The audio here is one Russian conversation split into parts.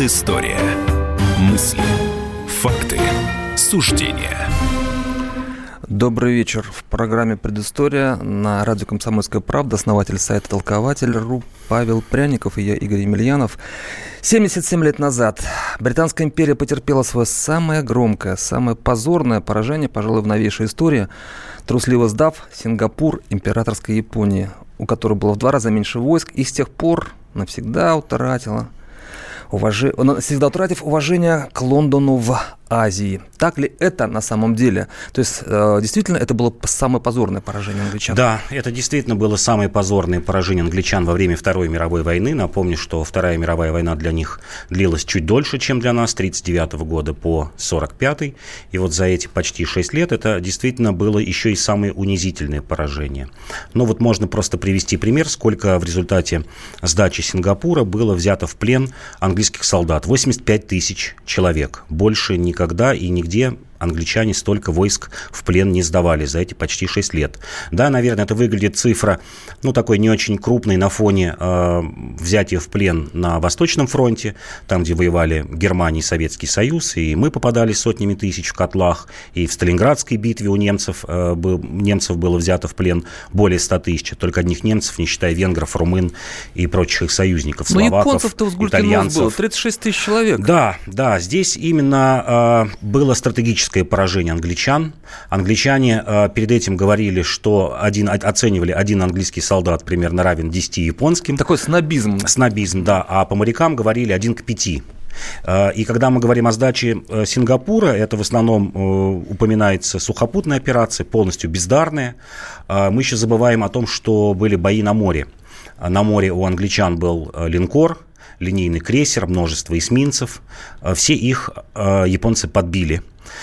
Предыстория. Мысли, факты, суждения. Добрый вечер. В программе «Предыстория» на радио «Комсомольская правда» основатель сайта «Толкователь.ру» Павел Пряников и я, Игорь Емельянов. 77 лет назад Британская империя потерпела свое самое громкое, самое позорное поражение, пожалуй, в новейшей истории, трусливо сдав Сингапур императорской Японии, у которой было в 2 раза меньше войск, и с тех пор навсегда утратив уважение к Лондону в Азии. Так ли это на самом деле? То есть, действительно, это было самое позорное поражение англичан? Да, это действительно было самое позорное поражение англичан во время Второй мировой войны. Напомню, что Вторая мировая война для них длилась чуть дольше, чем для нас, с 1939 года по 1945. И вот за эти почти 6 лет это действительно было еще и самое унизительное поражение. Но вот можно просто привести пример, сколько в результате сдачи Сингапура было взято в плен английских солдат. 85 тысяч человек. Больше никогда и нигде англичане столько войск в плен не сдавали за эти почти 6 лет. Да, наверное, это выглядит цифра, такой не очень крупной на фоне взятия в плен на Восточном фронте, там, где воевали Германия и Советский Союз, и мы попадали сотнями тысяч в котлах, и в Сталинградской битве у немцев было взято в плен более 100 тысяч, только одних немцев, не считая венгров, румын и прочих их союзников, словаков, японцев-то в итальянцев. Было 36 тысяч человек. Да, здесь именно было стратегическое поражение англичан. Англичане перед этим говорили, что оценивали один английский солдат примерно равен 10 японским. Такой снобизм. Снобизм, да. А по морякам говорили 1 к 5. И когда мы говорим о сдаче Сингапура, это в основном упоминается сухопутная операция, полностью бездарная. Мы еще забываем о том, что были бои на море. На море у англичан был линкор, линейный крейсер, множество эсминцев. Все их японцы подбили.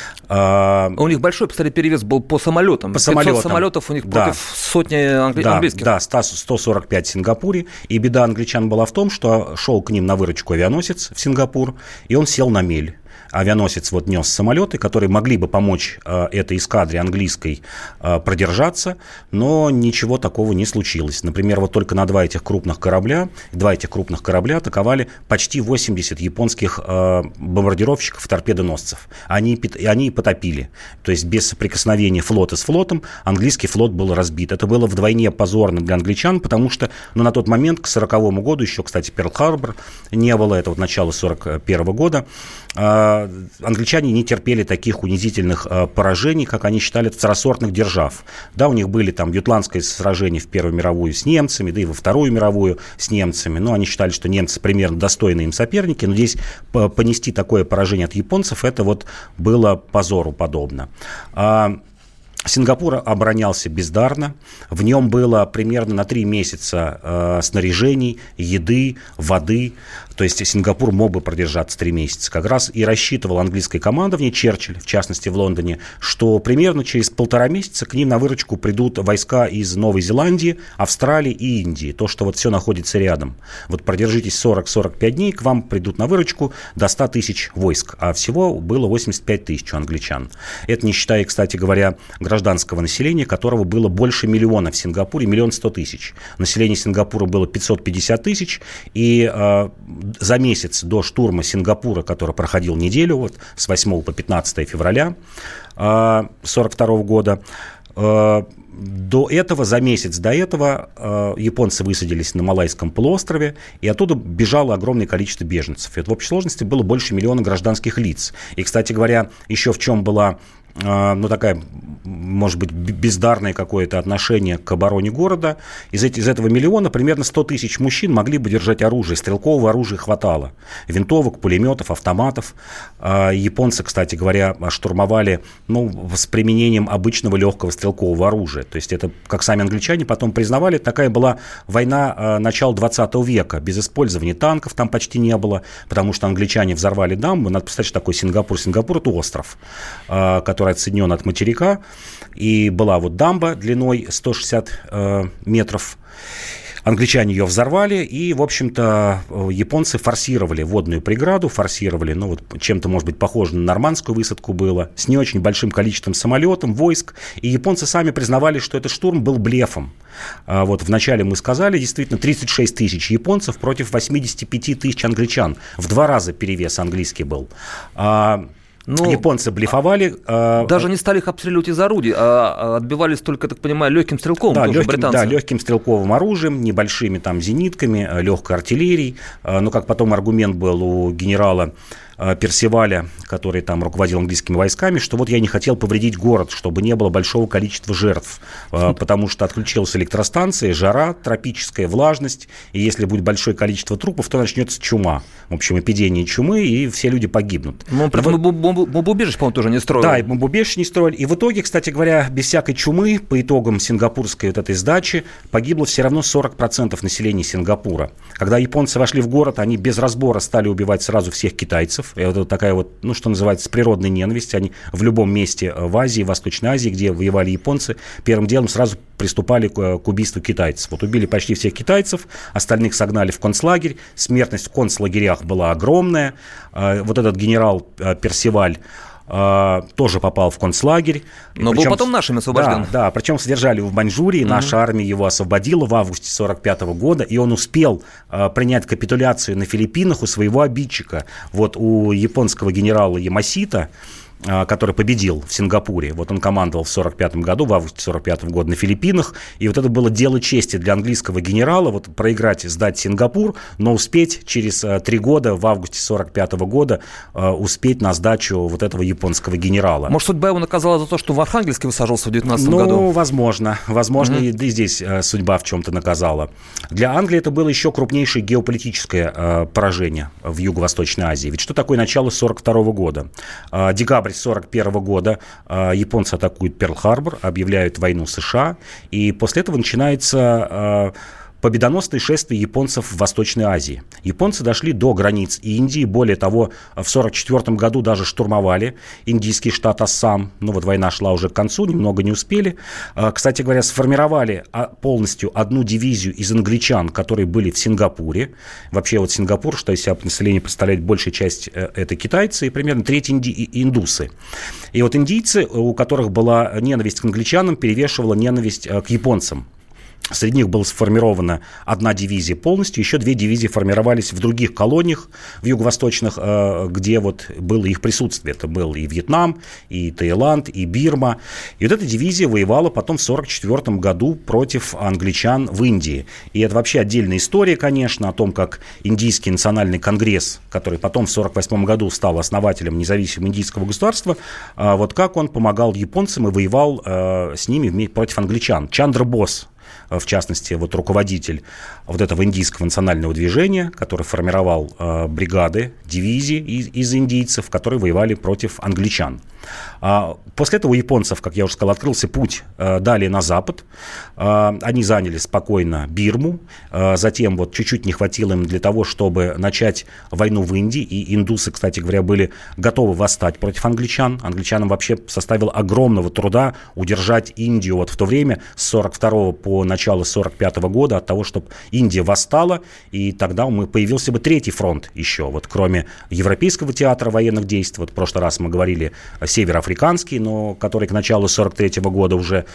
У них большой, кстати, перевес был по самолетам. 500 самолетов у них против сотни английских. Да, 145 в Сингапуре. И беда англичан была в том, что шел к ним на выручку авианосец в Сингапур, и он сел на мель. Авианосец нес самолеты, которые могли бы помочь этой эскадре английской продержаться, но ничего такого не случилось. Например, только на два этих крупных корабля атаковали почти 80 японских бомбардировщиков, торпедоносцев. Они потопили. То есть без соприкосновения флота с флотом английский флот был разбит. Это было вдвойне позорно для англичан, потому что на тот момент, к 1940 году, еще, кстати, Перл-Харбор не было, это начало 1941 года, англичане не терпели таких унизительных поражений, как они считали, второсортных держав. Да, у них были там ютландское сражение в Первую мировую с немцами, да и во Вторую мировую с немцами. Но они считали, что немцы примерно достойные им соперники. Но здесь понести такое поражение от японцев, это было позору подобно. Сингапур оборонялся бездарно. В нем было примерно на 3 месяца снаряжений, еды, воды. То есть Сингапур мог бы продержаться 3 месяца. Как раз и рассчитывал английское командование, Черчилль, в частности в Лондоне, что примерно через 1,5 месяца к ним на выручку придут войска из Новой Зеландии, Австралии и Индии. То, что все находится рядом. Продержитесь 40-45 дней, к вам придут на выручку до 100 тысяч войск. А всего было 85 тысяч у англичан. Это не считая, кстати говоря, гражданского населения, которого было больше миллиона в Сингапуре, 1 100 000. Население Сингапура было 550 тысяч, и за месяц до штурма Сингапура, который проходил неделю, с 8 по 15 февраля 1942 года, за месяц до этого японцы высадились на Малайском полуострове, и оттуда бежало огромное количество беженцев. Это в общей сложности было больше 1 миллиона гражданских лиц. И, кстати говоря, еще в чем была такая, может быть, бездарное какое-то отношение к обороне города. Из этого 1 миллиона примерно 100 тысяч мужчин могли бы держать оружие. Стрелкового оружия хватало. Винтовок, пулеметов, автоматов. Японцы, кстати говоря, штурмовали с применением обычного легкого стрелкового оружия. То есть это, как сами англичане потом признавали, такая была война начала 20 века. Без использования танков там почти не было, потому что англичане взорвали дамбу. Надо представить, что такое Сингапур. Сингапур – это остров, который отсоединен от материка, и была дамба длиной 160 метров. Англичане ее взорвали, и, в общем-то, японцы форсировали водную преграду, чем-то, может быть, похоже на нормандскую высадку было, с не очень большим количеством самолетов, войск, и японцы сами признавали, что этот штурм был блефом. Вначале мы сказали, действительно, 36 тысяч японцев против 85 тысяч англичан. В 2 раза перевес английский был. Японцы блефовали. Даже не стали их обстреливать из орудий, а отбивались только, так понимаю, легким стрелковым. Легким стрелковым оружием, небольшими зенитками, легкой артиллерией. Но, как потом аргумент был у генерала Персиваля, который там руководил английскими войсками, что я не хотел повредить город, чтобы не было большого количества жертв, потому что отключилась электростанция, жара, тропическая влажность, и если будет большое количество трупов, то начнется чума. В общем, эпидемия чумы, и все люди погибнут. Бомбоубежище, по-моему, тоже не строили. Да, и бомбоубежище не строили. И в итоге, кстати говоря, без всякой чумы, по итогам сингапурской этой сдачи, погибло все равно 40% населения Сингапура. Когда японцы вошли в город, они без разбора стали убивать сразу всех китайцев. Это такая что называется, природная ненависть. Они в любом месте в Азии, в Восточной Азии, где воевали японцы, первым делом сразу приступали к убийству китайцев. Убили почти всех китайцев, остальных согнали в концлагерь. Смертность в концлагерях была огромная. Этот генерал Персиваль тоже попал в концлагерь. Но был потом нашими освобожден. Да, причем содержали его в Маньчжурии. Наша армия его освободила в августе 1945 года, и он успел принять капитуляцию на Филиппинах у своего обидчика. У японского генерала Ямасита, который победил в Сингапуре. Он командовал в 1945 году, в августе 1945 года на Филиппинах. И это было дело чести для английского генерала проиграть, сдать Сингапур, но успеть через 3 года, в августе 1945 года, успеть на сдачу этого японского генерала. Может, судьба его наказала за то, что в Архангельске высаживался в 19 году? Возможно. Возможно, и здесь судьба в чем-то наказала. Для Англии это было еще крупнейшее геополитическое поражение в Юго-Восточной Азии. Ведь что такое начало 1942 года? Декабрь 1941 года японцы атакуют Перл-Харбор, объявляют войну США, и после этого начинается победоносное шествие японцев в Восточной Азии. Японцы дошли до границ Индии, более того, в 1944 году даже штурмовали индийский штат Ассам. Война шла уже к концу, немного не успели. Кстати говоря, сформировали полностью одну дивизию из англичан, которые были в Сингапуре. Вообще Сингапур, что из себя население представляет, большая часть это китайцы и примерно треть индусы. И индийцы, у которых была ненависть к англичанам, перевешивала ненависть к японцам. Среди них была сформирована одна дивизия полностью, еще 2 дивизии формировались в других колониях, в юго-восточных, где было их присутствие. Это был и Вьетнам, и Таиланд, и Бирма. И эта дивизия воевала потом в 1944 году против англичан в Индии. И это вообще отдельная история, конечно, о том, как Индийский национальный конгресс, который потом в 1948 году стал основателем независимого индийского государства, как он помогал японцам и воевал с ними против англичан. Чандра Бос, в частности, руководитель этого индийского национального движения, который формировал бригады, дивизии из индийцев, которые воевали против англичан. После этого у японцев, как я уже сказал, открылся путь далее на запад. Они заняли спокойно Бирму. Затем чуть-чуть не хватило им для того, чтобы начать войну в Индии. И индусы, кстати говоря, были готовы восстать против англичан. Англичанам вообще составило огромного труда удержать Индию в то время с 1942 по начало 1945 года от того, чтобы Индия восстала. И тогда появился бы третий фронт еще, кроме Европейского театра военных действий. В прошлый раз мы говорили североафриканский, но который к началу 1943 года уже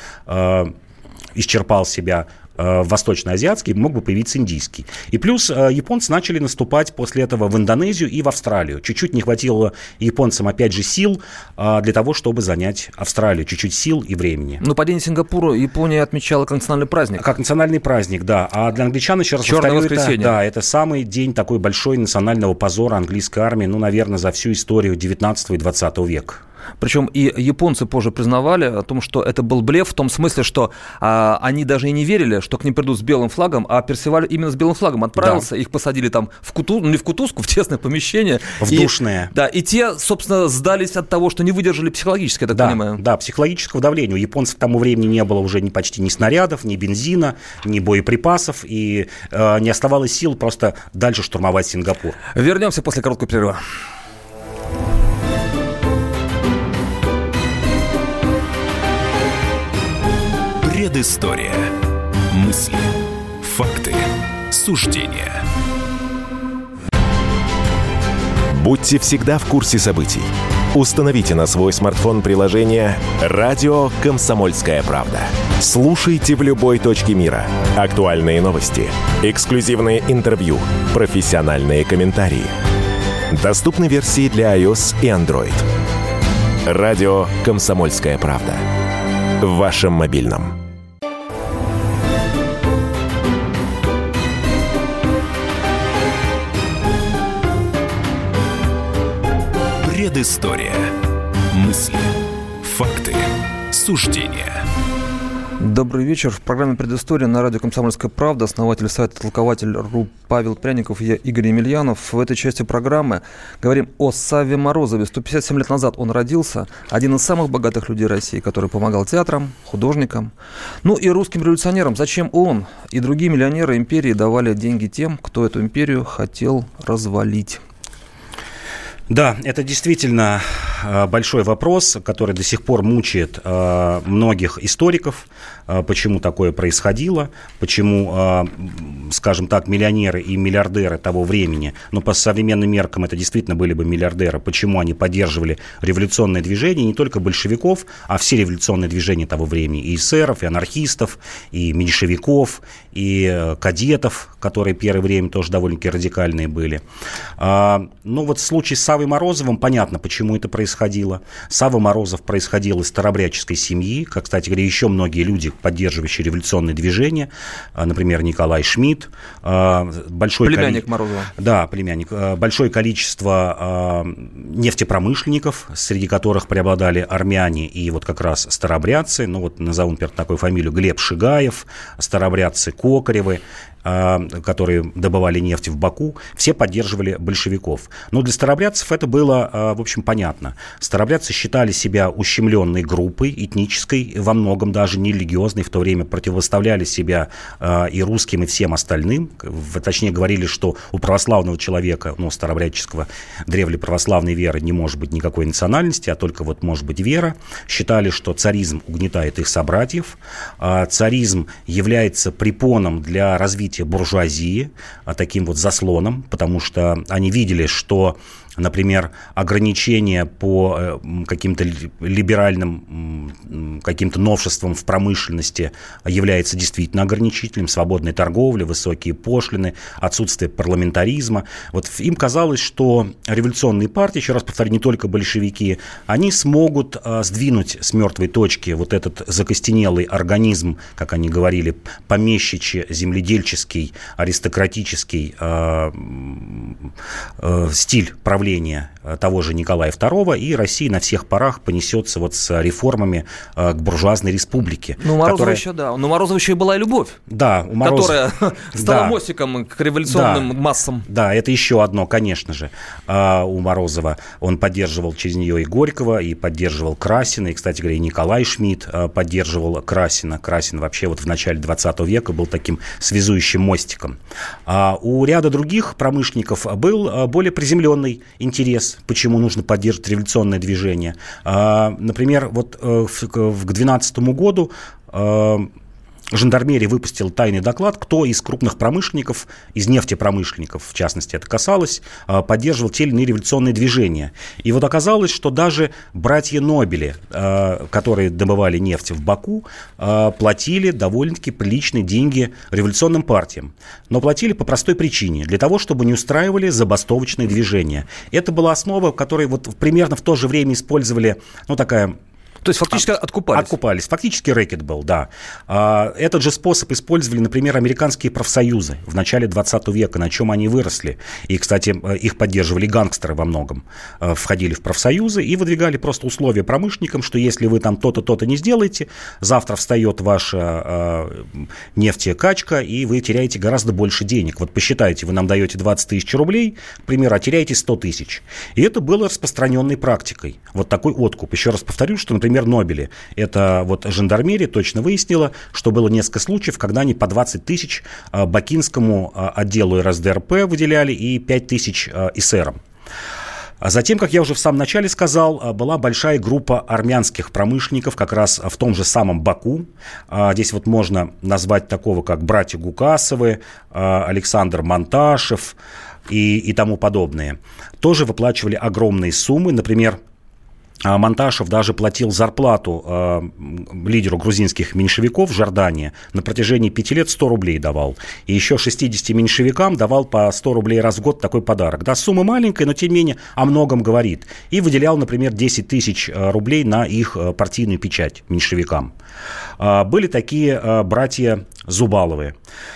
исчерпал себя, восточноазиатский, мог бы появиться индийский. И плюс японцы начали наступать после этого в Индонезию и в Австралию. Чуть-чуть не хватило японцам, опять же, сил для того, чтобы занять Австралию. Чуть-чуть сил и времени. Падение Сингапура Япония отмечала как национальный праздник. Как национальный праздник, да. А для англичан, еще раз повторю, это самый день такой большой национального позора английской армии, наверное, за всю историю 19 и 20 века. Причем и японцы позже признавали о том, что это был блеф, в том смысле, что они даже и не верили, что к ним придут с белым флагом, а Персиваль именно с белым флагом отправился, их посадили там не в кутузку, в тесное помещение. В душное. И те, собственно, сдались от того, что не выдержали психологически, я так понимаю. Да, психологического давления. У японцев к тому времени не было уже почти ни снарядов, ни бензина, ни боеприпасов, и не оставалось сил просто дальше штурмовать Сингапур. Вернемся после короткого перерыва. Предыстория. Мысли, факты, суждения. Будьте всегда в курсе событий. Установите на свой смартфон приложение «Радио Комсомольская правда». Слушайте в любой точке мира. Актуальные новости, эксклюзивные интервью, профессиональные комментарии. Доступны версии для iOS и Android. «Радио Комсомольская правда». В вашем мобильном. Предыстория. Мысли, факты, суждения. Добрый вечер. В программе «Предыстория» на радио «Комсомольская правда» основатель сайта «Толкователь.ру» Павел Пряников и я, Игорь Емельянов. В этой части программы говорим о Савве Морозове. 157 лет назад он родился. Один из самых богатых людей России, который помогал театрам, художникам, ну и русским революционерам. Зачем он и другие миллионеры империи давали деньги тем, кто эту империю хотел развалить? Да, это действительно большой вопрос, который до сих пор мучает многих историков, почему такое происходило, почему, скажем так, миллионеры и миллиардеры того времени, но по современным меркам это действительно были бы миллиардеры, почему они поддерживали революционное движение, не только большевиков, а все революционные движения того времени, и эсеров, и анархистов, и меньшевиков, и кадетов, которые первое время тоже довольно-таки радикальные были. Ну вот в случае с Саввой Морозовым понятно, почему это происходило. Савва Морозов происходил из старообрядческой семьи, как, кстати говоря, еще многие люди, поддерживающие революционное движение, например, Николай Шмидт. Племянник Морозова. Да, племянник. Большое количество нефтепромышленников, среди которых преобладали армяне и вот как раз старообрядцы. Ну вот назову, например, такую фамилию: Глеб Шигаев, старообрядцы Кокаревы, которые добывали нефть в Баку, все поддерживали большевиков. Но для старообрядцев это было, в общем, понятно. Старообрядцы считали себя ущемленной группой, этнической, во многом даже не религиозной, в то время противопоставляли себя и русским, и всем остальным. Точнее, говорили, что у православного человека, ну, старообрядческого, древле православной веры не может быть никакой национальности, а только вот может быть вера. Считали, что царизм угнетает их собратьев, царизм является препоном для развития буржуазии, таким вот заслоном, потому что они видели, что, например, ограничения по каким-то либеральным каким-то новшествам в промышленности является действительно ограничительным. Свободная торговля, высокие пошлины, отсутствие парламентаризма. Вот им казалось, что революционные партии, еще раз повторю, не только большевики, они смогут сдвинуть с мертвой точки вот этот закостенелый организм, как они говорили, помещичий, земледельческий, аристократический стиль правления того же Николая II, и Россия на всех парах понесется вот с реформами к буржуазной республике. Ну, Морозова еще, да. Но Морозова еще и была и любовь. Да, у Морозова, которая стала мостиком к революционным массам. Да, это еще одно, конечно же. У Морозова он поддерживал через нее и Горького, и поддерживал Красина, и, кстати говоря, и Николай Шмидт поддерживал Красина. Красин вообще вот в начале 20 века был таким связующим мостиком. А у ряда других промышленников был более приземленный интерес, почему нужно поддерживать революционное движение. Например, вот к 2012 году жандармерия выпустила тайный доклад, кто из крупных промышленников, из нефтепромышленников, в частности, это касалось, поддерживал те или иные революционные движения. И вот оказалось, что даже братья Нобели, которые добывали нефть в Баку, платили довольно-таки приличные деньги революционным партиям. Но платили по простой причине, для того, чтобы не устраивали забастовочные движения. Это была основа, которую вот примерно в то же время использовали, ну, такая... То есть фактически откупались? Откупались. Фактически рэкет был, да. Этот же способ использовали, например, американские профсоюзы в начале 20 века, на чем они выросли. И, кстати, их поддерживали гангстеры во многом. Входили в профсоюзы и выдвигали просто условия промышленникам, что если вы там то-то, то-то не сделаете, завтра встает ваша нефтекачка, и вы теряете гораздо больше денег. Вот посчитайте, вы нам даете 20 тысяч рублей, к примеру, а теряете 100 тысяч. И это было распространенной практикой. Вот такой откуп. Еще раз повторю, что, например, Нобели. Это вот жандармерия точно выяснила, что было несколько случаев, когда они по 20 тысяч бакинскому отделу РСДРП выделяли и 5 тысяч эсерам. А затем, как я уже в самом начале сказал, была большая группа армянских промышленников как раз в том же самом Баку. Здесь вот можно назвать такого, как братья Гукасовы, Александр Монташев и тому подобное. Тоже выплачивали огромные суммы. Например, Монташев даже платил зарплату лидеру грузинских меньшевиков Жордании на протяжении 5 лет 100 рублей давал. И еще 60 меньшевикам давал по 100 рублей раз в год такой подарок. Да, сумма маленькая, но тем не менее о многом говорит. И выделял, например, 10 тысяч рублей на их партийную печать меньшевикам. Были такие братья Зубаловы.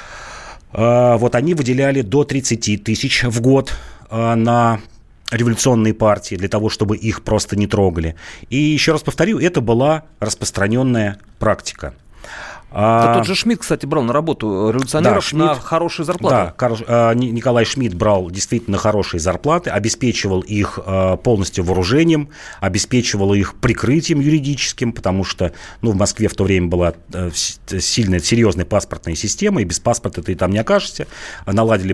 Вот они выделяли до 30 тысяч в год на революционные партии, для того, чтобы их просто не трогали. И еще раз повторю, это была распространенная практика. Да тот же Шмидт, кстати, брал на работу революционеров на хорошие зарплаты. Да, Николай Шмидт брал действительно хорошие зарплаты, обеспечивал их полностью вооружением, обеспечивал их прикрытием юридическим, потому что в Москве в то время была сильная, серьезная паспортная система, и без паспорта ты там не окажешься. Наладили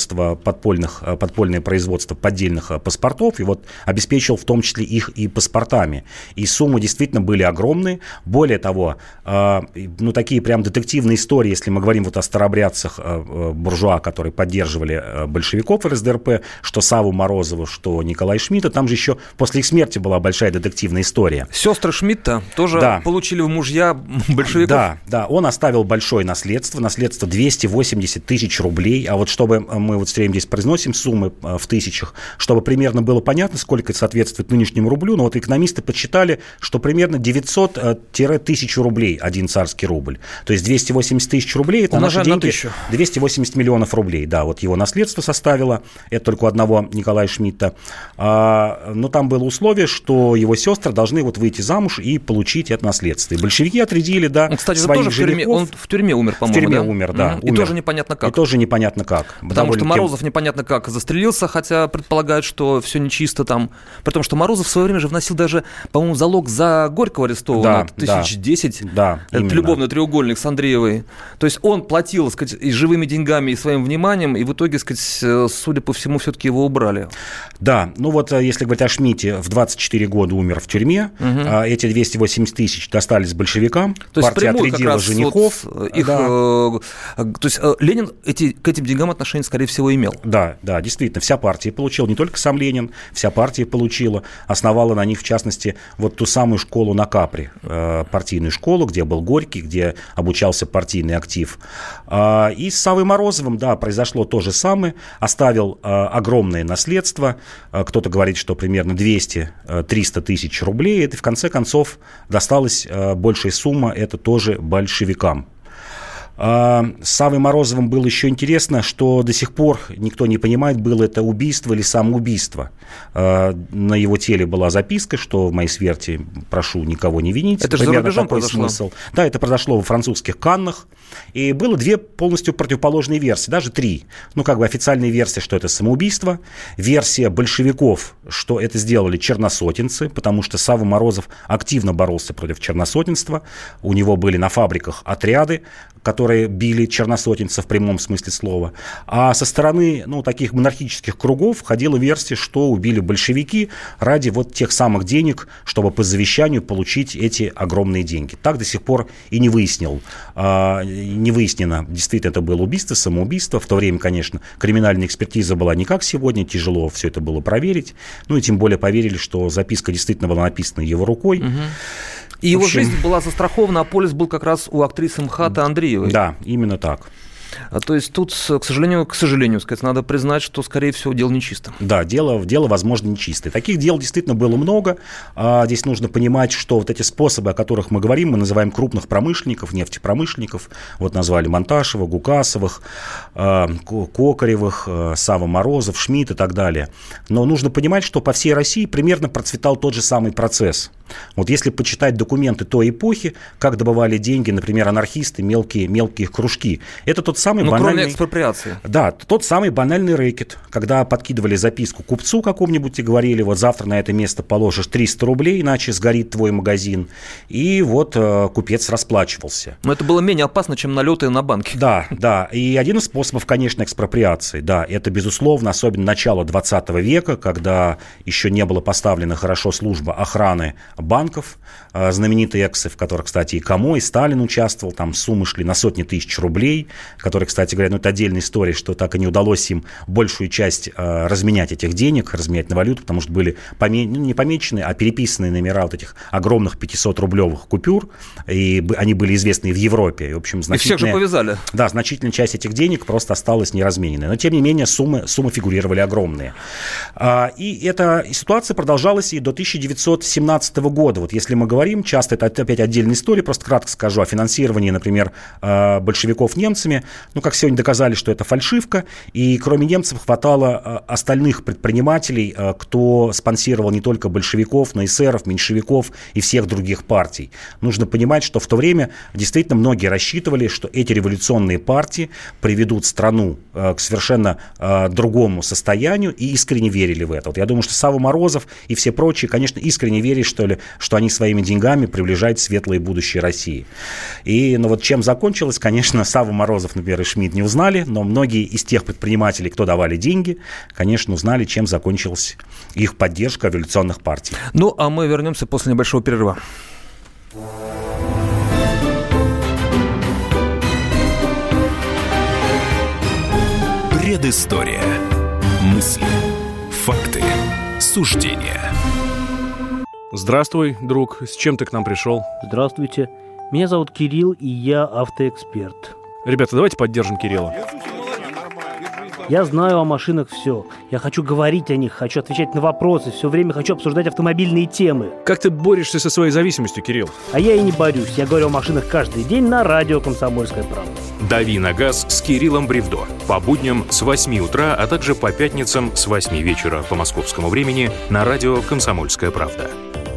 подпольное производство поддельных паспортов, и вот обеспечивал в том числе их и паспортами. И суммы действительно были огромные. Более того, такие прям детективные истории, если мы говорим вот о старообрядцах буржуа, которые поддерживали большевиков РСДРП, что Савву Морозову, что Николая Шмидта, там же еще после их смерти была большая детективная история. Сестры Шмидта тоже получили в мужья большевиков? Да, он оставил большое наследство 280 тысяч рублей, а вот чтобы, мы вот все время здесь произносим суммы в тысячах, чтобы примерно было понятно, сколько это соответствует нынешнему рублю, но вот экономисты подсчитали, что примерно 900-1000 рублей один царский рубль. То есть 280 тысяч рублей, это наши деньги, 280 миллионов рублей. Да, вот его наследство составило, это только у одного Николая Шмидта. Но там было условие, что его сестры должны вот выйти замуж и получить это наследство. И большевики отрядили, кстати, своих женихов. Он в тюрьме умер, по-моему, В тюрьме умер, да. И тоже непонятно как. Потому что Морозов непонятно как застрелился, хотя предполагают, что все нечисто там. При том, что Морозов в свое время же вносил даже, по-моему, залог за Горького арестованного, 1010. Да, это любовный треугольник с Андреевой. То есть он платил, сказать, и живыми деньгами, и своим вниманием, и в итоге, сказать, судя по всему, все-таки его убрали. Да, если говорить о Шмидте, в 24 года умер в тюрьме, эти 280 тысяч достались большевикам, то есть партия отрядила женихов. То есть Ленин к этим деньгам отношение, скорее всего, имел. Да, действительно, вся партия получила, не только сам Ленин, вся партия получила, основала на них, в частности, вот ту самую школу на Капри, партийную школу, где был Горький, где обучался партийный актив. И с Саввой Морозовым, произошло то же самое. Оставил огромное наследство. Кто-то говорит, что примерно 200-300 тысяч рублей. Это, в конце концов, досталась большая сумма. Это тоже большевикам. С Саввой Морозовым было еще интересно, что до сих пор никто не понимает, было это убийство или самоубийство. На его теле была записка, что в моей смерти прошу никого не винить. Это же за рубежом произошло. Смысл. Да, это произошло во французских Каннах. И было две полностью противоположные версии, даже три. Официальная версия, что это самоубийство. Версия большевиков, что это сделали черносотенцы, потому что Савва Морозов активно боролся против черносотенства. У него были на фабриках отряды, которые били черносотенцев в прямом смысле слова. А со стороны таких монархических кругов ходила версия, что убили большевики ради вот тех самых денег, чтобы по завещанию получить эти огромные деньги. Так до сих пор и не выяснено, действительно это было убийство, самоубийство. В то время, конечно, криминальная экспертиза была не как сегодня, тяжело все это было проверить. И тем более поверили, что записка действительно была написана его рукой. И его жизнь была застрахована, а полис был как раз у актрисы МХАТа Андреевой. Да, именно так. То есть тут, к сожалению, сказать, надо признать, что, скорее всего, дело нечисто. Да, дело, возможно, нечистое. Таких дел действительно было много. Здесь нужно понимать, что вот эти способы, о которых мы говорим, мы называем крупных промышленников, нефтепромышленников. Вот назвали Монташева, Гукасовых, Кокаревых, Савва Морозов, Шмидт и так далее. Но нужно понимать, что по всей России примерно процветал тот же самый процесс. Вот если почитать документы той эпохи, как добывали деньги, например, анархисты, мелкие кружки, это тот самый банальный... кроме экспроприации. Да, тот самый банальный рэкет, когда подкидывали записку купцу какому-нибудь и говорили, вот завтра на это место положишь 300 рублей, иначе сгорит твой магазин. И вот купец расплачивался. Но это было менее опасно, чем налеты на банки. Да. И один из способов, конечно, экспроприации. Да, это, безусловно, особенно начало 20 века, когда еще не была поставлена хорошо служба охраны банков, знаменитые эксы, в которых, кстати, и Камо, и Сталин участвовал, там суммы шли на сотни тысяч рублей, которые, кстати говоря, это отдельная история, что так и не удалось им большую часть разменять этих денег, разменять на валюту, потому что были не помечены, а переписанные номера вот этих огромных 500-рублевых купюр, и они были известны и в Европе. И, в общем, и всех же повязали. Да, значительная часть этих денег просто осталась неразмененной. Но, тем не менее, суммы фигурировали огромные. И эта ситуация продолжалась и до 1917 года. Вот если мы говорим, часто это опять отдельная история, просто кратко скажу о финансировании, например, большевиков немцами. Как сегодня доказали, что это фальшивка. И кроме немцев хватало остальных предпринимателей, кто спонсировал не только большевиков, но и эсеров, меньшевиков и всех других партий. Нужно понимать, что в то время действительно многие рассчитывали, что эти революционные партии приведут страну к совершенно другому состоянию, и искренне верили в это. Вот я думаю, что Савва Морозов и все прочие, конечно, искренне верили, что они своими деньгами приближают светлое будущее России. И вот чем закончилось, конечно, Савва Морозов, например, и Шмидт не узнали, но многие из тех предпринимателей, кто давали деньги, конечно, узнали, чем закончилась их поддержка революционных партий. А мы вернемся после небольшого перерыва. Предыстория. Мысли, факты, суждения. Здравствуй, друг. С чем ты к нам пришел? Здравствуйте. Меня зовут Кирилл, и я автоэксперт. Ребята, давайте поддержим Кирилла. Я знаю о машинах все. Я хочу говорить о них, хочу отвечать на вопросы, все время хочу обсуждать автомобильные темы. Как ты борешься со своей зависимостью, Кирилл? А я и не борюсь. Я говорю о машинах каждый день на радио «Комсомольская правда». «Дави на газ» с Кириллом Бревдо. По будням с 8 утра, а также по пятницам с 8 вечера по московскому времени на радио «Комсомольская правда».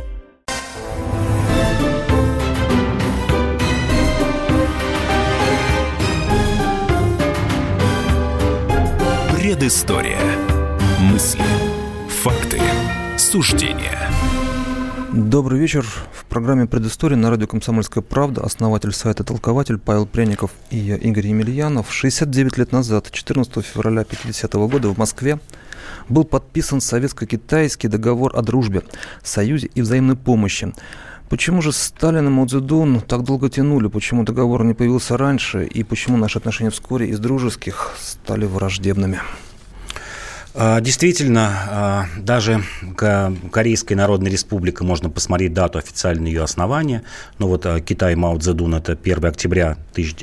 Предыстория. Мысли, факты, суждения. Добрый вечер. В программе «Предыстория» на радио «Комсомольская правда» основатель сайта «Толкователь» Павел Пряников и я, Игорь Емельянов. 69 лет назад, 14 февраля 1950 года в Москве был подписан советско-китайский договор о дружбе, союзе и взаимной помощи. Почему же Сталин и Мао Цзэдун так долго тянули? Почему договор не появился раньше? И почему наши отношения вскоре из дружеских стали враждебными? Действительно, даже Корейская Народная Республика, можно посмотреть дату официального ее основания. Но вот Китай Мао Цзэдун — это 1 октября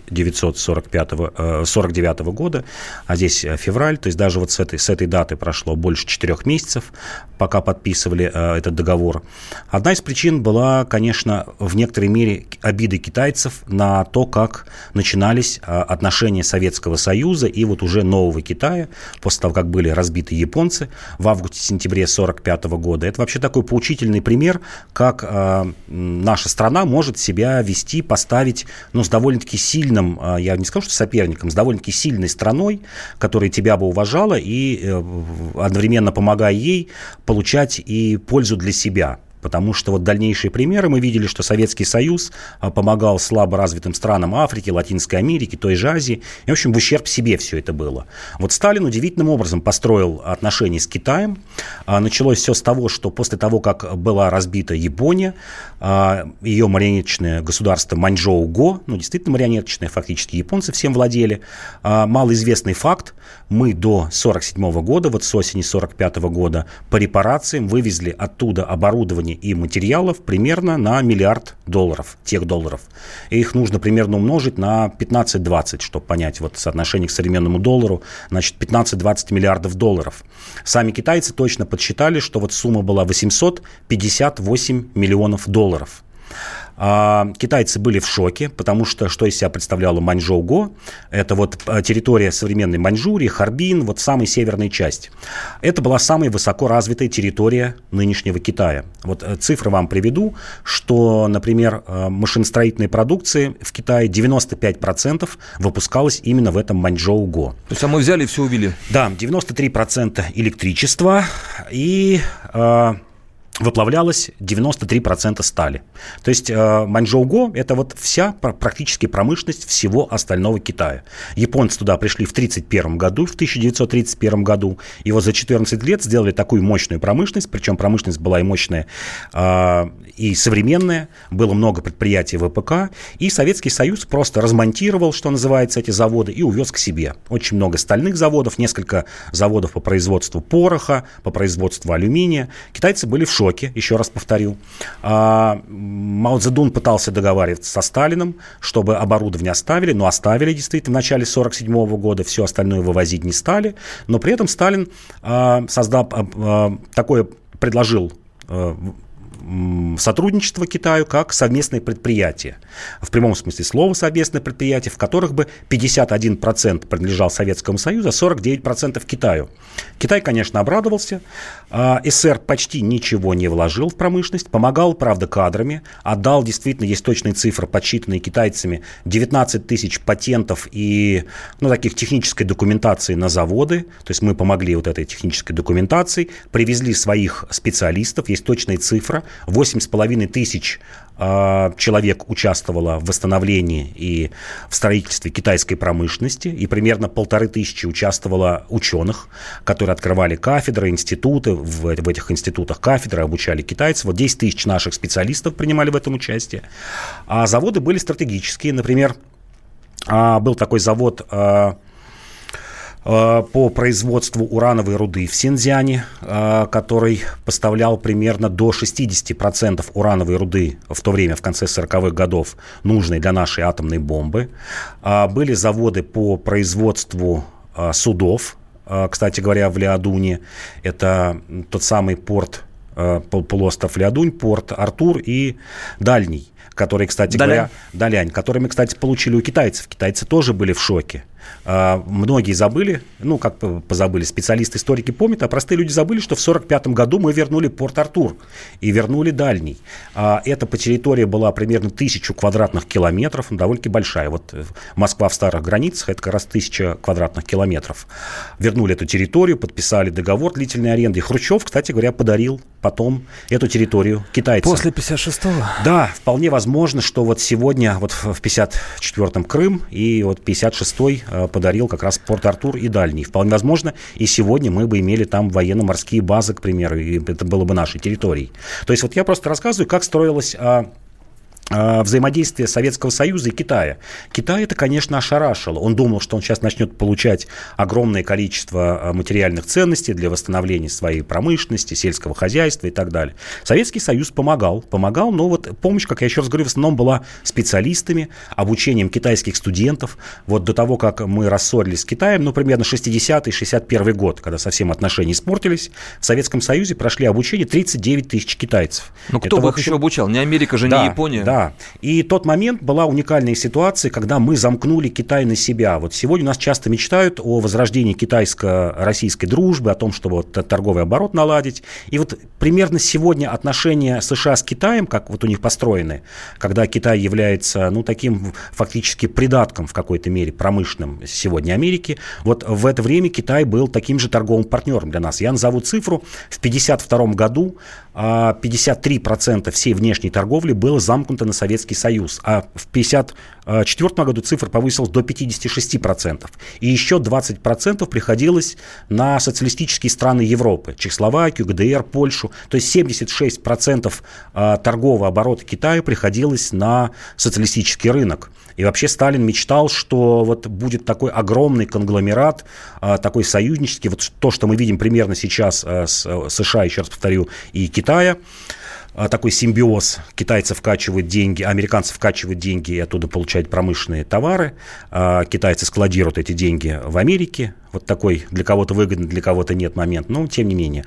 1949 года, а здесь февраль. То есть даже вот с этой даты прошло больше 4 месяцев, пока подписывали этот договор. Одна из причин была, конечно, в некоторой мере обиды китайцев на то, как начинались отношения Советского Союза и вот уже нового Китая, после того, как были разбиты японцы в августе-сентябре 1945 года. Это вообще такой поучительный пример, как наша страна может себя вести, поставить, с довольно-таки сильным, я не скажу, что соперником, с довольно-таки сильной страной, которая тебя бы уважала и одновременно помогая ей получать и пользу для себя. Потому что вот дальнейшие примеры мы видели, что Советский Союз помогал слабо развитым странам Африки, Латинской Америки, той же Азии. И, в общем, в ущерб себе все это было. Вот Сталин удивительным образом построил отношения с Китаем. Началось все с того, что после того, как была разбита Япония, ее марионеточное государство Маньчжоу-Го, действительно марионеточное, фактически японцы всем владели. Малоизвестный факт, мы до 1947 года, вот с осени 1945 года, по репарациям вывезли оттуда оборудование и материалов примерно на $1 миллиард, тех долларов. И их нужно примерно умножить на 15-20, чтобы понять вот соотношение к современному доллару, значит, 15-20 миллиардов долларов. Сами китайцы точно подсчитали, что вот сумма была 858 миллионов долларов. Китайцы были в шоке, потому что из себя представляла Маньчжоу-го? Это вот территория современной Маньчжурии, Харбин, вот самой северной части. Это была самая высоко развитая территория нынешнего Китая. Вот цифры вам приведу, что, например, машиностроительной продукции в Китае 95% выпускалось именно в этом Маньчжоу-го. То есть, мы взяли и все увели? Да, 93% электричества и выплавлялось 93% стали. То есть Маньчжоу-го – это вот вся практически промышленность всего остального Китая. Японцы туда пришли в 1931 году, и вот за 14 лет сделали такую мощную промышленность, причем промышленность была и мощная, и современная, было много предприятий ВПК, и Советский Союз просто размонтировал, что называется, эти заводы и увез к себе. Очень много стальных заводов, несколько заводов по производству пороха, по производству алюминия. Китайцы были в шоке. Еще раз повторю. Мао Цзэдун пытался договариваться со Сталиным, чтобы оборудование оставили, но оставили действительно в начале 1947 года, все остальное вывозить не стали, но при этом Сталин предложил сотрудничество Китаю как совместное предприятие. В прямом смысле слова совместное предприятие, в которых бы 51% принадлежал Советскому Союзу, а 49% Китаю. Китай, конечно, обрадовался. СССР почти ничего не вложил в промышленность, помогал, правда, кадрами, отдал, действительно, есть точные цифры, подсчитанные китайцами, 19 тысяч патентов и таких технической документации на заводы. То есть мы помогли вот этой технической документации, привезли своих специалистов, есть точная цифра, 8,5 тысяч человек участвовало в восстановлении и в строительстве китайской промышленности, и примерно 1500 участвовало ученых, которые открывали кафедры, институты, в этих институтах кафедры обучали китайцев. Вот 10 тысяч наших специалистов принимали в этом участие. А заводы были стратегические. Например, был такой завод по производству урановой руды в Синьцзяне, который поставлял примерно до 60% урановой руды в то время, в конце 40-х годов, нужной для нашей атомной бомбы. Были заводы по производству судов, кстати говоря, в Лиадуне. Это тот самый порт, полуостров Лиадунь, порт Артур и Дальний, который, кстати говоря, Далянь, который мы, кстати, получили у китайцев. Китайцы тоже были в шоке. Многие забыли, как позабыли, специалисты, историки помнят, а простые люди забыли, что в 1945 году мы вернули порт Артур и вернули Дальний. Это по территории была примерно 1000 квадратных километров, довольно-таки большая. Вот Москва в старых границах, это как раз 1000 квадратных километров. Вернули эту территорию, подписали договор длительной аренды. И Хрущев, кстати говоря, подарил потом эту территорию китайцам. После 56-го? Да, вполне возможно, что вот сегодня, вот в 54-м Крым, и вот 56-й подарил как раз порт Артур и Дальний. Вполне возможно, и сегодня мы бы имели там военно-морские базы, к примеру, и это было бы нашей территорией. То есть вот я просто рассказываю, как строилось взаимодействие Советского Союза и Китая. Китай это, конечно, ошарашило. Он думал, что он сейчас начнет получать огромное количество материальных ценностей для восстановления своей промышленности, сельского хозяйства и так далее. Советский Союз помогал, но вот помощь, как я еще раз говорю, в основном была специалистами, обучением китайских студентов. Вот до того, как мы рассорились с Китаем, примерно 60-й, 61-й год, когда совсем отношения испортились, в Советском Союзе прошли обучение 39 тысяч китайцев. Кто бы их еще обучал? Не Америка же, не Япония. Да. И тот момент была уникальная ситуация, когда мы замкнули Китай на себя. Вот сегодня у нас часто мечтают о возрождении китайско-российской дружбы, о том, чтобы вот торговый оборот наладить. И вот примерно сегодня отношения США с Китаем, как вот у них построены, когда Китай является, таким фактически придатком в какой-то мере промышленным сегодня Америки, вот в это время Китай был таким же торговым партнером для нас. Я назову цифру. В 1952 году 53% всей внешней торговли было замкнуто на Советский Союз, а в 1954 году цифра повысилась до 56%. И еще 20% приходилось на социалистические страны Европы, Чехословакию, ГДР, Польшу. То есть 76% торгового оборота Китая приходилось на социалистический рынок. И вообще Сталин мечтал, что вот будет такой огромный конгломерат, такой союзнический, вот то, что мы видим примерно сейчас с США, еще раз повторю, и Китая, такой симбиоз. Китайцы вкачивают деньги, американцы вкачивают деньги и оттуда получают промышленные товары. Китайцы складируют эти деньги в Америке, в вот такой для кого-то выгодный, для кого-то нет момент, но тем не менее.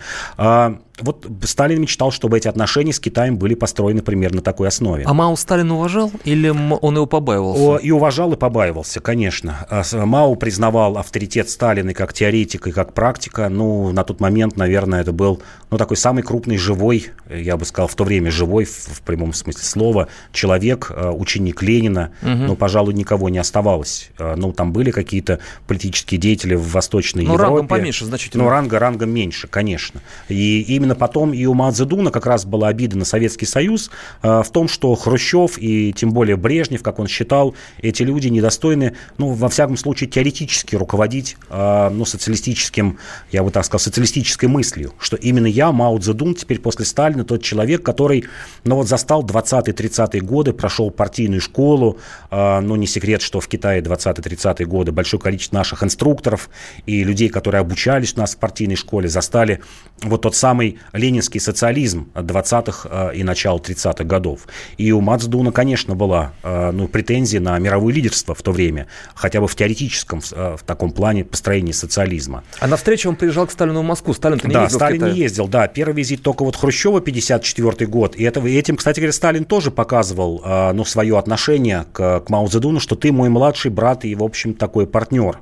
Вот Сталин мечтал, чтобы эти отношения с Китаем были построены примерно на такой основе. А Мао Сталин уважал или он его побаивался? И уважал, и побаивался, конечно. Мао признавал авторитет Сталина как теоретика, и как практика. Ну, на тот момент, наверное, это был такой самый крупный живой, я бы сказал, в то время живой, в прямом смысле слова, человек, ученик Ленина. Но, пожалуй, никого не оставалось. Ну, там были какие-то политические деятели в Восточной Европе. Рангом поменьше, значительно. Ну, рангом меньше, конечно. И именно потом и у Мао Цзэдуна как раз была обида на Советский Союз в том, что Хрущев и тем более Брежнев, как он считал, эти люди недостойны, во всяком случае, теоретически руководить социалистическим, я бы так сказал, социалистической мыслью, что именно я, Мао Цзэдун, теперь после Сталина тот человек, который, застал 20-30-е годы, прошел партийную школу, не секрет, что в Китае 20-30-е годы большое количество наших инструкторов и людей, которые обучались у нас в партийной школе, застали вот тот самый ленинский социализм 20-х и начала 30-х годов. И у Мао Цзэдуна, конечно, была претензия на мировое лидерство в то время, хотя бы в теоретическом, в таком плане построения социализма. А на встречу он приезжал к Сталину в Москву. Сталин-то не ездил в Китай. Да, Сталин не ездил, да. Первый визит только вот Хрущева, 54-й год. И этим, кстати говоря, Сталин тоже показывал свое отношение к Мао Цзэдуну, что ты мой младший брат и, в общем, такой партнер.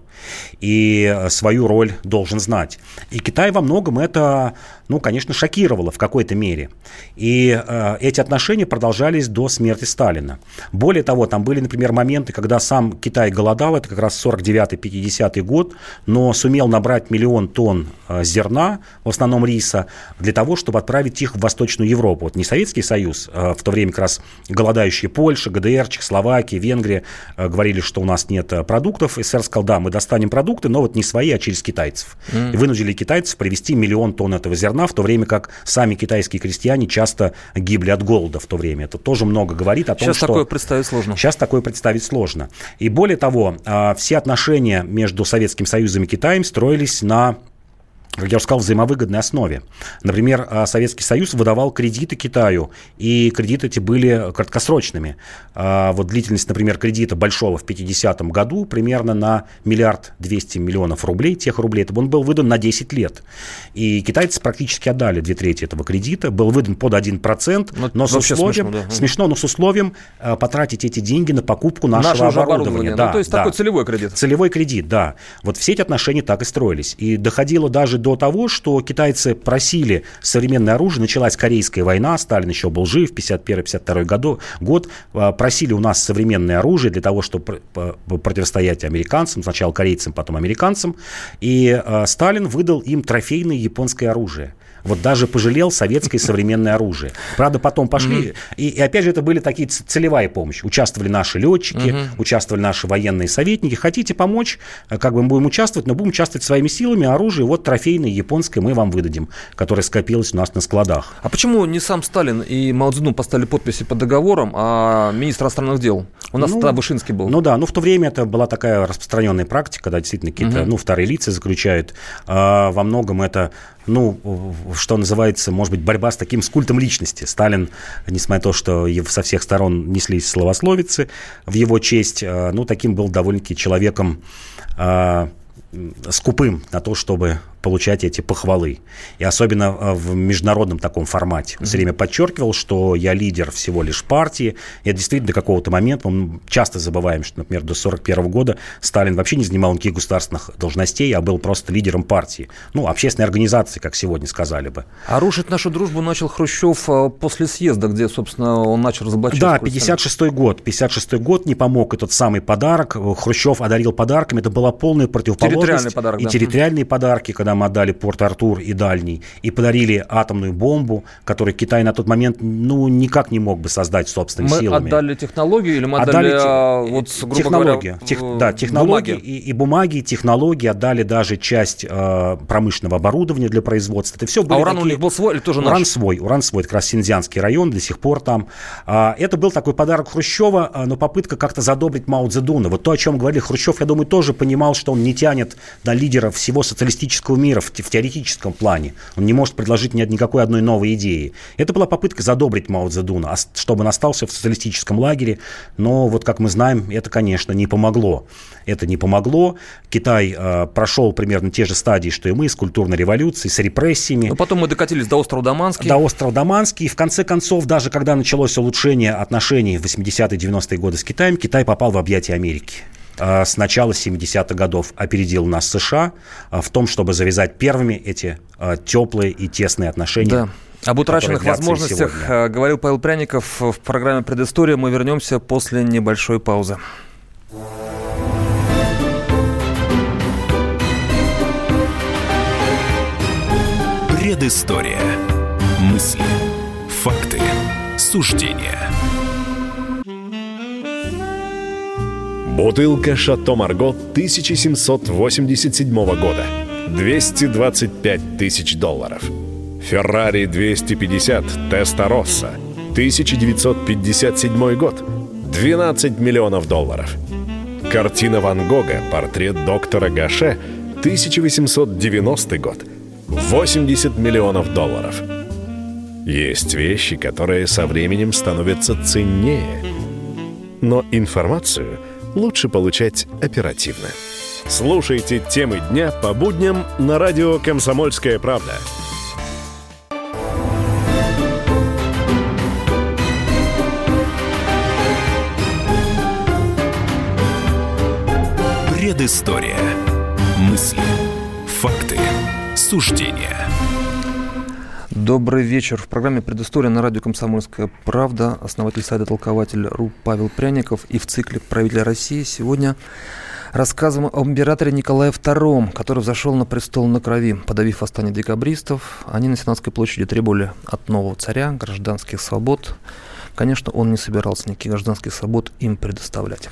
И свою роль должен знать. И Китай во многом это, конечно, шокировало в какой-то мере. И эти отношения продолжались до смерти Сталина. Более того, там были, например, моменты, когда сам Китай голодал, это как раз 49-50 год, но сумел набрать 1 миллион тонн зерна, в основном риса, для того, чтобы отправить их в Восточную Европу. Вот не Советский Союз, в то время как раз голодающие Польша, ГДР, Чехословакия, Венгрия говорили, что у нас нет продуктов. СССР сказал, да, мы достанем продукты, но вот не свои, а через китайцев. И вынудили китайцев привезти 1 миллион тонн этого зерна, в то время как сами китайские крестьяне часто гибли от голода в то время. Это тоже много говорит о том, что... Сейчас такое представить сложно. И более того, все отношения между Советским Союзом и Китаем строились на, как я уже сказал, взаимовыгодной основе. Например, Советский Союз выдавал кредиты Китаю, и кредиты эти были краткосрочными. Вот длительность, например, кредита большого в 50-м году примерно на 1 200 000 000 рублей, тех рублей, он был выдан на 10 лет. И китайцы практически отдали 2/3 этого кредита, был выдан под 1%, но с условием, смешно, но с условием потратить эти деньги на покупку нашего оборудования. Да, то есть такой целевой кредит. Целевой кредит, да. Вот все эти отношения так и строились. И доходило даже до того, что китайцы просили современное оружие, началась Корейская война, Сталин еще был жив, 51-52 год, просили у нас современное оружие для того, чтобы противостоять американцам, сначала корейцам, потом американцам, и Сталин выдал им трофейное японское оружие. Вот даже пожалел советское современное оружие. Правда, потом пошли. И опять же, это были такие целевая помощь. Участвовали наши летчики, участвовали наши военные советники. Хотите помочь, как бы мы будем участвовать, но будем участвовать своими силами. Оружие вот трофейное японское мы вам выдадим, которое скопилось у нас на складах. А почему не сам Сталин и Мао Цзэдун поставили подписи под договором, а министр иностранных дел? У нас тогда Вышинский был. В то время это была такая распространенная практика, когда действительно какие-то вторые лица заключают. Во многом это... что называется, может быть, борьба с культом личности. Сталин, несмотря на то, что со всех сторон неслись словословицы в его честь, таким был довольно-таки человеком скупым на то, чтобы получать эти похвалы. И особенно в международном таком формате. Он все время подчеркивал, что я лидер всего лишь партии. И действительно до какого-то момента, мы часто забываем, что, например, до 1941 года Сталин вообще не занимал никаких государственных должностей, а был просто лидером партии. Общественной организации, как сегодня сказали бы. А рушить нашу дружбу начал Хрущев после съезда, где, собственно, он начал разоблачать. Да, 56-й год. 56-й год не помог этот самый подарок. Хрущев одарил подарками. Это была полная противоположность. Территориальный подарок, и территориальные подарки, когда мы отдали Порт-Артур и Дальний, и подарили атомную бомбу, которую Китай на тот момент никак не мог бы создать собственными силами. Мы отдали технологию или мы отдали технологии? Технологии и бумаги, технологии, отдали даже часть промышленного оборудования для производства. Это все были уран у них был свой или тоже наш? Уран свой, это как раз Синьцзянский район, до сих пор там. Это был такой подарок Хрущева, но попытка как-то задобрить Мао Цзэдуна. Вот то, о чем говорили, Хрущев, я думаю, тоже понимал, что он не тянет нет лидера всего социалистического мира в теоретическом плане. Он не может предложить никакой одной новой идеи. Это была попытка задобрить Мао Цзэдуна, чтобы он остался в социалистическом лагере. Но вот, как мы знаем, это, конечно, не помогло. Это не помогло. Китай прошел примерно те же стадии, что и мы, с культурной революцией, с репрессиями. Но потом мы докатились до острова Даманский. До острова Даманский. И в конце концов, даже когда началось улучшение отношений в 80-е, 90-е годы с Китаем, Китай попал в объятия Америки. С начала 70-х годов опередил нас США в том, чтобы завязать первыми эти теплые и тесные отношения. Да. Об утраченных возможностях говорил Павел Пряников в программе «Предыстория». Мы вернемся после небольшой паузы. Предыстория. Мысли, факты, суждения. Бутылка «Шато Марго» 1787 года. $225 тысяч. Феррари 250 Теста-Росса. 1957 год. $12 миллионов. Картина Ван Гога «Портрет доктора Гаше», 1890 год. $80 миллионов. Есть вещи, которые со временем становятся ценнее. Но информацию лучше получать оперативно. Слушайте темы дня по будням на радио «Комсомольская правда». Предыстория. Мысли, факты, суждения. Добрый вечер. В программе «Предыстория» на радио «Комсомольская правда» основатель сайта «Толкователь.ру» Павел Пряников. И в цикле «Правитель России» сегодня рассказываем об императоре Николае II, который взошел на престол на крови, подавив восстание декабристов. Они на Сенатской площади требовали от нового царя гражданских свобод. Конечно, он не собирался никаких гражданских свобод им предоставлять.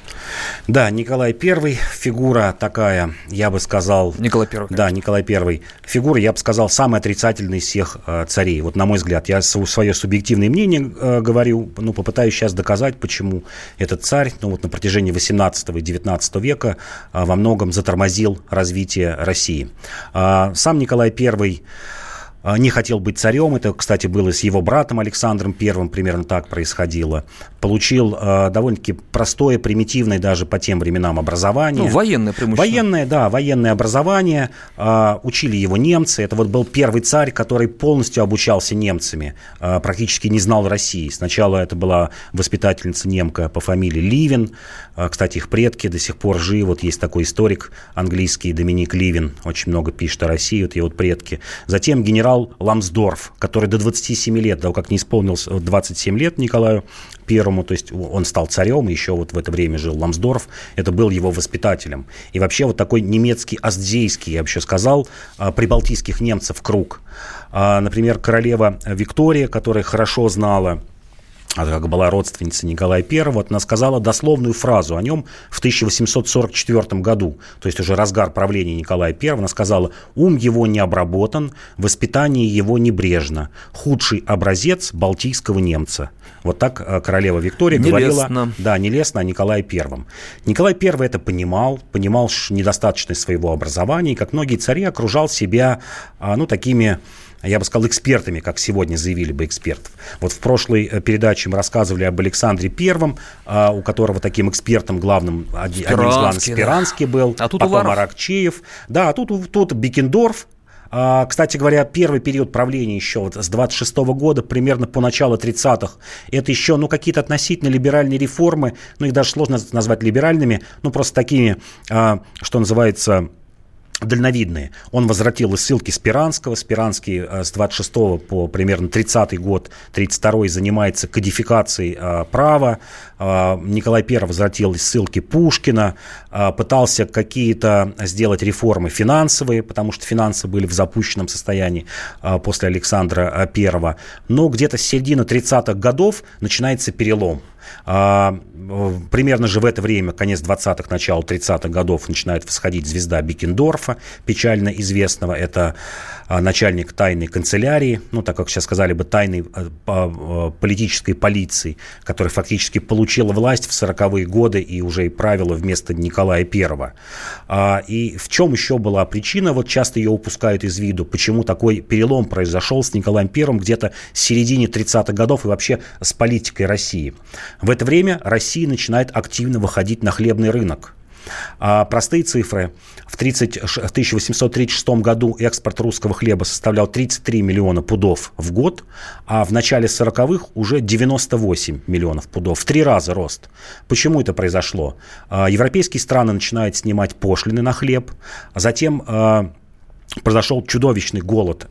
Да, Николай I, фигура такая, я бы сказал... Николай I. Да, Николай I. Фигура, я бы сказал, самая отрицательная из всех царей. Вот, на мой взгляд, я свое субъективное мнение говорю, попытаюсь сейчас доказать, почему этот царь, на протяжении 18 и 19 века во многом затормозил развитие России. Сам Николай I не хотел быть царем. Это, кстати, было с его братом Александром I, примерно так происходило. Получил довольно-таки простое, примитивное даже по тем временам образование. Военное преимущество. Военное образование. Учили его немцы. Это вот был первый царь, который полностью обучался немцами. Практически не знал России. Сначала это была воспитательница немка по фамилии Ливин. Кстати, их предки до сих пор живы. Вот есть такой историк английский Доминик Ливин. Очень много пишет о России. Вот его предки. Затем генерал Ламсдорф, который до 27 лет, до того, как не исполнилось 27 лет Николаю Первому, то есть он стал царем, и еще вот в это время жил Ламсдорф, это был его воспитателем. И вообще вот такой немецкий остзейский, я бы еще сказал, прибалтийских немцев круг. Например, королева Виктория, которая хорошо знала, как была родственница Николая I, вот она сказала дословную фразу о нем в 1844 году, то есть уже разгар правления Николая I, она сказала: «Ум его не обработан, воспитание его небрежно, худший образец балтийского немца». Вот так королева Виктория говорила, нелестно о Николае I. Николай I это понимал недостаточность своего образования, и, как многие цари, окружал себя, такими, я бы сказал, экспертами, как сегодня заявили бы экспертов. Вот в прошлой передаче мы рассказывали об Александре Первом, у которого таким экспертом главным, одним из главных, Спиранский был, потом Аракчеев. Да, а тут Бекендорф. Кстати говоря, первый период правления еще вот с 26 года, примерно по началу 30-х, это еще какие-то относительно либеральные реформы, их даже сложно назвать либеральными, просто такими, что называется, дальновидные. Он возвратил из ссылки Спиранского. Спиранский с 26 по примерно 30 год, 32 занимается кодификацией права. Николай I возвратил из ссылки Пушкина, пытался какие-то сделать реформы финансовые, потому что финансы были в запущенном состоянии после Александра I. Но где-то с середины 30-х годов начинается перелом. Примерно же в это время, конец 20-х, начало 30-х годов, начинает восходить звезда Беккендорфа, печально известного. Это начальник тайной канцелярии, ну, так как сейчас сказали бы, тайной политической полиции, которая фактически получила власть в 40-е годы и уже и правила вместо Николая I. И в чем еще была причина? Вот часто ее упускают из виду. Почему такой перелом произошел с Николаем I где-то в середине 30-х годов и вообще с политикой России? В это время Россия начинает активно выходить на хлебный рынок. Простые цифры. В 1836 году экспорт русского хлеба составлял 33 миллиона пудов в год, а в начале 40-х уже 98 миллионов пудов. В 3 раза рост. Почему это произошло? Европейские страны начинают снимать пошлины на хлеб, а затем произошел чудовищный голод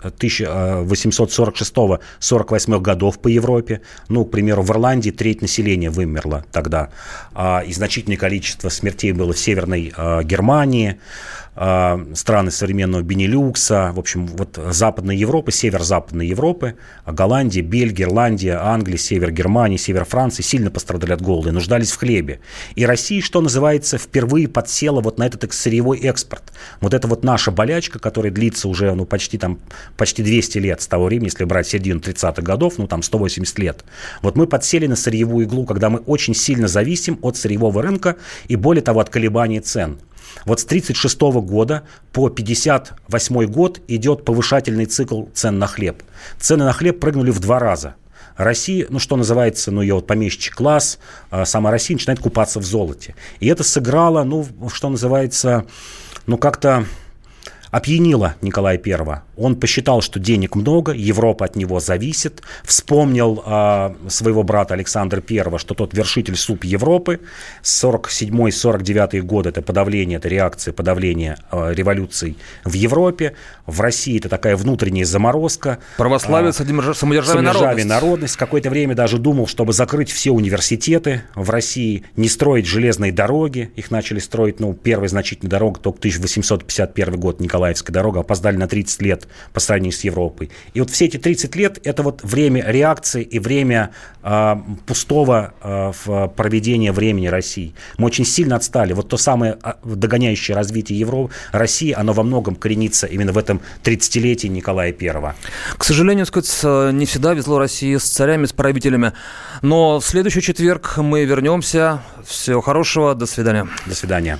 1846-48 годов по Европе. Ну, к примеру, в Ирландии треть населения вымерло тогда. И значительное количество смертей было в Северной Германии, страны современного Бенилюкса, в общем, вот Западная Европа, северо-западной Европы, Голландия, Бельгия, Ирландия, Англия, север Германии, север Франции сильно пострадали от голода и нуждались в хлебе. И Россия, что называется, впервые подсела вот на этот сырьевой экспорт. Вот это вот наша болячка, которая длится уже почти 200 лет с того времени, если брать середину 30-х годов, 180 лет. Вот мы подсели на сырьевую иглу, когда мы очень сильно зависим от сырьевого рынка и, более того, от колебаний цен. Вот с 1936 года по 1958 год идет повышательный цикл цен на хлеб. Цены на хлеб прыгнули в 2 раза. Россия, что называется, ее вот помещичий класс, сама Россия начинает купаться в золоте. И это сыграло, что называется, как-то опьянило Николая I. Он посчитал, что денег много, Европа от него зависит. Вспомнил своего брата Александра I, что тот вершитель судеб Европы. 47-49 годы это подавление, это реакция подавления революций в Европе. В России это такая внутренняя заморозка. Православие, самодержавие, народность. Какое-то время даже думал, чтобы закрыть все университеты в России, не строить железные дороги. Их начали строить, первая значительная дорога только 1851 год, Николаевская дорога, опоздали на 30 лет по сравнению с Европой. И вот все эти 30 лет – это вот время реакции и время пустого проведения времени России. Мы очень сильно отстали. Вот то самое догоняющее развитие Европы, России, оно во многом коренится именно в этом 30-летии Николая I. К сожалению, не всегда везло России с царями, с правителями. Но в следующий четверг мы вернемся. Всего хорошего. До свидания. До свидания.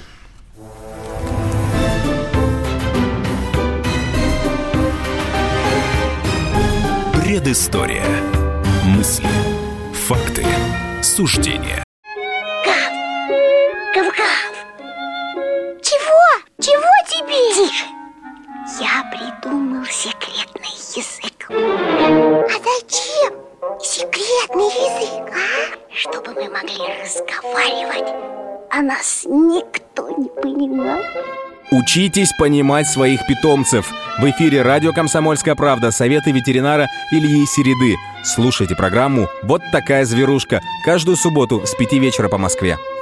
Предыстория. Мысли, факты, суждения. Гав! Чего? Чего тебе? Тише! Я придумал секретный язык. А зачем секретный язык, Чтобы мы могли разговаривать, а нас никто не понимал. Учитесь понимать своих питомцев. В эфире радио «Комсомольская правда». Советы ветеринара Ильи Середы. Слушайте программу «Вот такая зверушка» каждую субботу с 5 вечера по Москве.